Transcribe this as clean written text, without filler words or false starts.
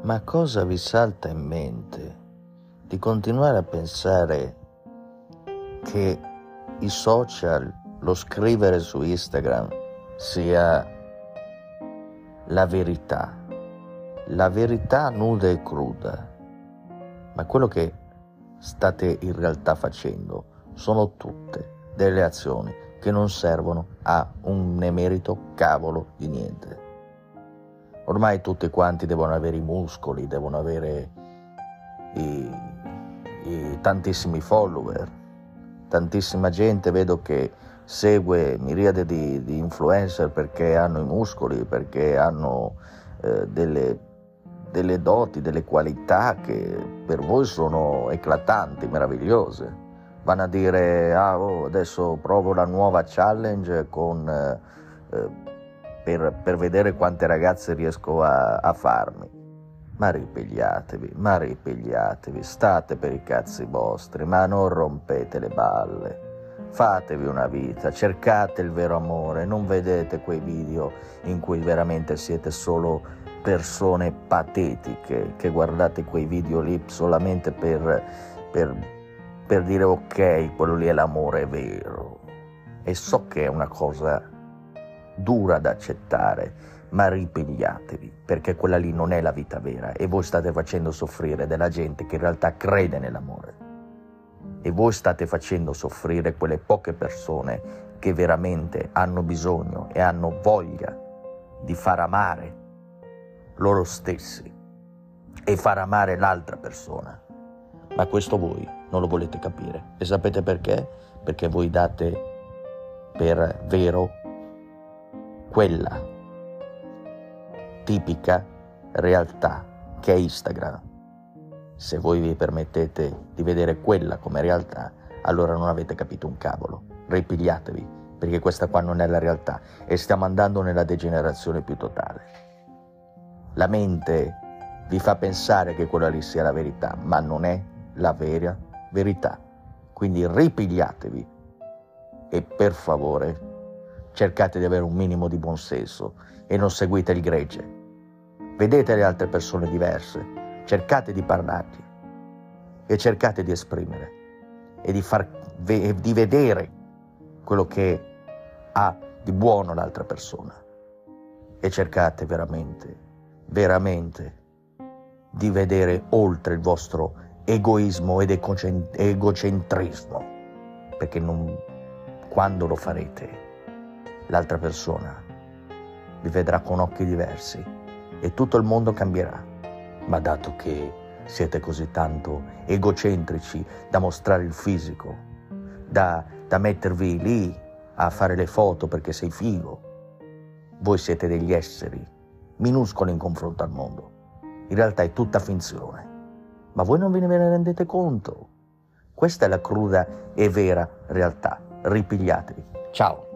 Ma cosa vi salta in mente di continuare a pensare che i social, lo scrivere su Instagram sia la verità nuda e cruda? Ma quello che state in realtà facendo sono tutte delle azioni che non servono a un emerito cavolo di niente. Ormai tutti quanti devono avere i muscoli, devono avere i tantissimi follower, tantissima gente vedo che segue miriade di influencer perché hanno i muscoli, perché hanno delle doti, delle qualità che per voi sono eclatanti, meravigliose. Vanno a dire, adesso provo la nuova challenge per vedere quante ragazze riesco a farmi. Ma ripigliatevi, state per i cazzi vostri, ma non rompete le balle. Fatevi una vita, cercate il vero amore, non vedete quei video in cui veramente siete solo persone patetiche, che guardate quei video lì solamente per dire ok, quello lì è l'amore vero. E so che è una cosa dura da accettare, ma ripigliatevi, perché quella lì non è la vita vera e voi state facendo soffrire della gente che in realtà crede nell'amore. E voi state facendo soffrire quelle poche persone che veramente hanno bisogno e hanno voglia di far amare loro stessi e far amare l'altra persona. Ma questo voi non lo volete capire. E sapete perché? Perché voi date per vero quella tipica realtà che è Instagram. Se voi vi permettete di vedere quella come realtà, allora non avete capito un cavolo. Ripigliatevi, perché questa qua non è la realtà e stiamo andando nella degenerazione più totale. La mente vi fa pensare che quella lì sia la verità, ma non è la vera verità. Quindi ripigliatevi e per favore cercate di avere un minimo di buonsenso e non seguite il gregge. Vedete le altre persone diverse, cercate di parlargli e cercate di esprimere e di vedere quello che ha di buono l'altra persona e cercate veramente di vedere oltre il vostro egoismo ed egocentrismo, perché quando lo farete l'altra persona vi vedrà con occhi diversi e tutto il mondo cambierà. Ma dato che siete così tanto egocentrici da mostrare il fisico, da mettervi lì a fare le foto perché sei figo, voi siete degli esseri minuscoli in confronto al mondo. In realtà è tutta finzione, ma voi non ve ne rendete conto. Questa è la cruda e vera realtà. Ripigliatevi. Ciao.